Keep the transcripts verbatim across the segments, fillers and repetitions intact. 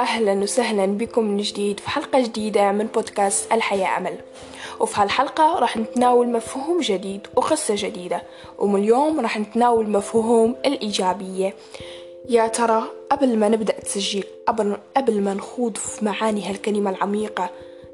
أهلا وسهلا بكم من جديد في حلقة جديدة من بودكاست الحياة أمل. وفي هالحلقة راح نتناول مفهوم جديد وقصة جديدة، ومن اليوم راح نتناول مفهوم الإيجابية. يا ترى قبل ما نبدأ التسجيل، قبل, قبل ما نخوض في معاني هالكلمة العميقة،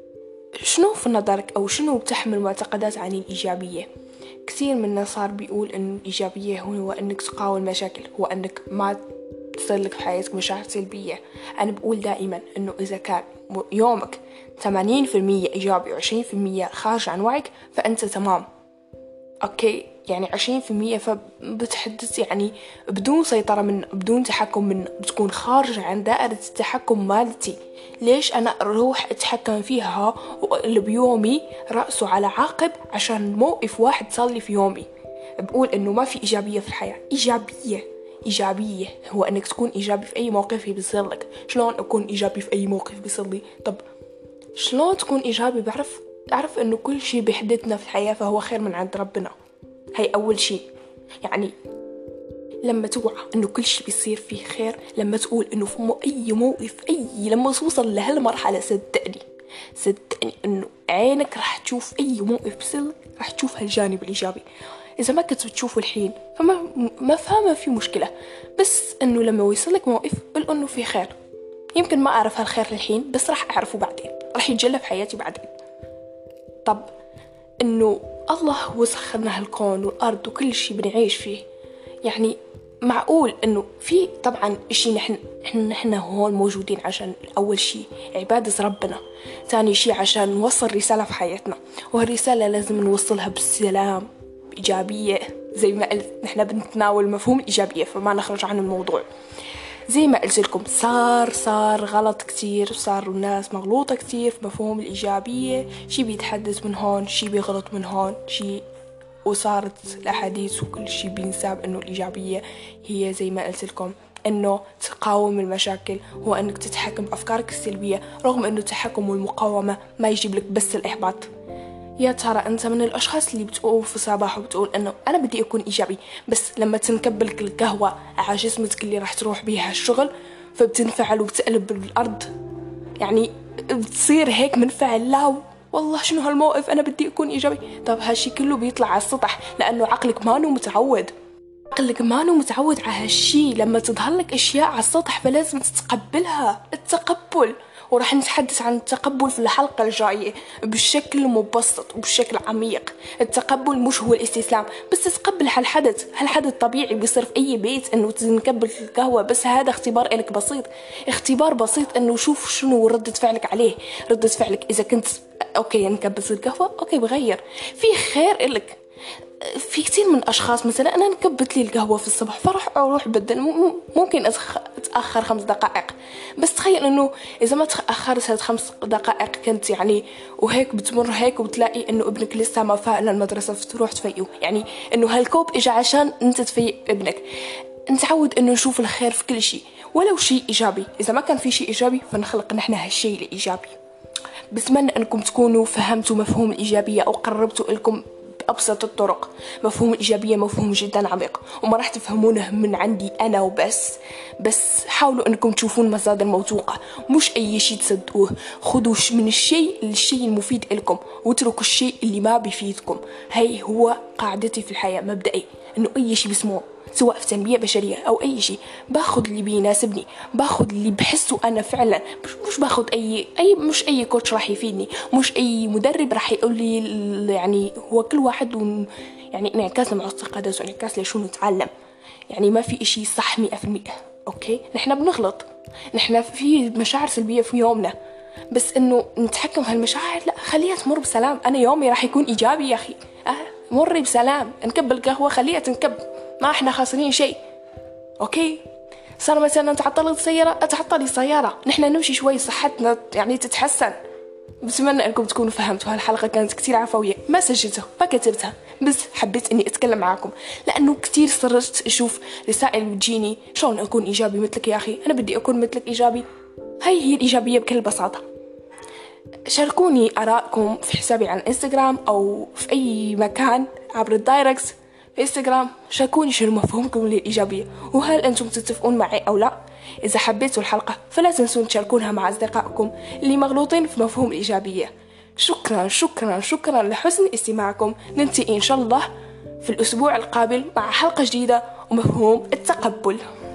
شنو في نظرك أو شنو بتحمل معتقدات عن الإيجابية؟ كثير منا صار بيقول إن الإيجابية هو إنك تقاوم المشاكل، هو إنك ما تصير لك في حياتك مشاعر سلبية. أنا بقول دائما إنه إذا كان يومك ثمانين بالمية إيجابي وعشرين بالمية خارج عن وعيك فأنت تمام. أوكي، يعني عشرين بالمية فبتحدث يعني بدون سيطرة من بدون تحكم من بتكون خارج عن دائرة التحكم مالتي. ليش أنا أروح أتحكم فيها وأقلب يومي رأسه على عقب عشان موقف واحد صار لي في يومي؟ بقول إنه ما في إيجابية في الحياة. إيجابية إيجابية هو أنك تكون إيجابي في أي موقف بيصير لك. شلون أكون إيجابي في أي موقف بيصير لي؟ طب شلون تكون إيجابي؟ بعرف أعرف أنه كل شيء بيحدثنا في الحياة فهو خير من عند ربنا. هاي أول شيء. يعني لما توعى أنه كل شيء بيصير فيه خير، لما تقول أنه في أي موقف أي لما توصل لهالمرحلة صدقني صدقني أنه عينك راح تشوف أي موقف بيصير راح تشوف هالجانب الإيجابي. إذا ما كنت بتشوفه الحين فما ما فاهمة في مشكلة، بس إنه لما يوصلك موقف قل إنه في خير. يمكن ما أعرف هالخير الحين بس راح أعرفه بعدين، راح يتجلى في حياتي بعدين. طب إنه الله وسخرنا هالكون والأرض وكل شيء بنعيش فيه، يعني معقول إنه في طبعا إشي نحن نحن نحن هون موجودين عشان أول شيء عبادة ربنا، ثاني شيء عشان نوصل رسالة في حياتنا، وهالرسالة لازم نوصلها بالسلام إيجابية. زي ما قلت نحن بنتناول مفهوم الإيجابية فما نخرج عن الموضوع. زي ما قلت لكم صار صار غلط كتير، صاروا الناس مغلوطة كتير في مفهوم الإيجابية. شي بيتحدث من هون شي بيغلط من هون شي، وصارت الأحاديث وكل شي بينساب إنه الإيجابية هي زي ما قلت لكم إنه تقاوم المشاكل، هو إنك تتحكم بأفكارك السلبية، رغم إنه التحكم والمقاومة ما يجيب لك بس الإحباط. يا ترى أنت من الأشخاص اللي بتقوم في صباح وبتقول إنه أنا بدي أكون إيجابي، بس لما تنكبلك القهوة على جسمك اللي راح تروح بيها الشغل فبتنفعل وبتقلب بالأرض؟ يعني بتصير هيك منفعل؟ لا والله شنو هالموقف أنا بدي أكون إيجابي. طب هالشي كله بيطلع على السطح لأنه عقلك مانو متعود عقلك مانو متعود على هالشي. لما تظهر لك أشياء على السطح فلازم تتقبلها. التقبل، وراح نتحدث عن التقبل في الحلقة الجاية بشكل مبسط وبشكل عميق. التقبل مش هو الاستسلام، بس تتقبل هالحدث هالحدث طبيعي بيصير في أي بيت إنه تنكبل القهوة، بس هذا اختبار إلك بسيط اختبار بسيط إنه شوف شنو ردة فعلك عليه. ردة فعلك إذا كنت أوكي نكبل القهوة أوكي بغير في خير إلك. في كثير من أشخاص مثلا أنا نكبت لي القهوة في الصبح فرح أروح بدل ممكن أتأخر خمس دقائق، بس تخيل إنه إذا ما تأخرت هاد خمس دقائق كنت يعني وهيك بتمر هيك وبتلاقي إنه ابنك لسه ما فاق للمدرسة فتروح تفيقه. يعني إنه هالكوب إجا عشان أنت تفيق ابنك. نتعود إنه نشوف الخير في كل شيء ولو شيء إيجابي. إذا ما كان في شيء إيجابي فنخلق نحن هالشيء الإيجابي. بتمنى أنكم تكونوا فهمتوا مفهوم الإيجابية أو قربتوا لكم بأبسط الطرق. مفهوم الإيجابية مفهوم جدا عميق وما راح تفهمونه من عندي أنا وبس، بس حاولوا أنكم تشوفون مصادر موثوقة، مش أي شيء تصدقوه. خذوا من الشيء للشيء المفيد لكم واتركوا الشيء اللي ما بيفيدكم. هاي هو قاعدتي في الحياة مبدئي، إنه أي شيء بسموه سواء في تنمية بشرية أو أي شيء باخذ اللي بيناسبني، باخذ اللي بحسه أنا فعلا، مش, مش باخذ أي أي مش أي كوتش راح يفيدني، مش أي مدرب راح يقول لي. يعني هو كل واحد ون يعني انعكاس معتقدات وانعكاس لشو نتعلم. يعني ما في إشي صح مئة في المئة. أوكي نحن بنغلط، نحن في مشاعر سلبية في يومنا، بس إنه نتحكم في هالمشاعر لا، خليها تمر بسلام. أنا يومي راح يكون إيجابي يا أخي. أه مري بسلام. نكب القهوة خليها تنكب، ما احنا خاسرين شيء. اوكي صار مثلا تعطلت سيارة اتعطلي سيارة، نحن نمشي شوي صحتنا يعني تتحسن. بتمنى انكم تكونوا فهمتوا. هالحلقة كانت كتير عفوية، ما سجلتها ما كتبتها، بس حبيت اني اتكلم معاكم لانه كتير صرت اشوف رسائل بتجيني شلون اكون ايجابي مثلك. يا اخي انا بدي اكون مثلك ايجابي. هاي هي الايجابية بكل بساطة. شاركوني آراءكم في حسابي على الانستغرام أو في أي مكان عبر الدايركس في انستغرام شاركوني شنو مفهومكم للإيجابية، وهل أنتم تتفقون معي أو لا؟ إذا حبيتوا الحلقة فلا تنسون تشاركونها مع أصدقائكم اللي مغلوطين في مفهوم الإيجابية. شكرا شكرا شكرا لحسن استماعكم. ننتهي إن شاء الله في الأسبوع القابل مع حلقة جديدة ومفهوم التقبل.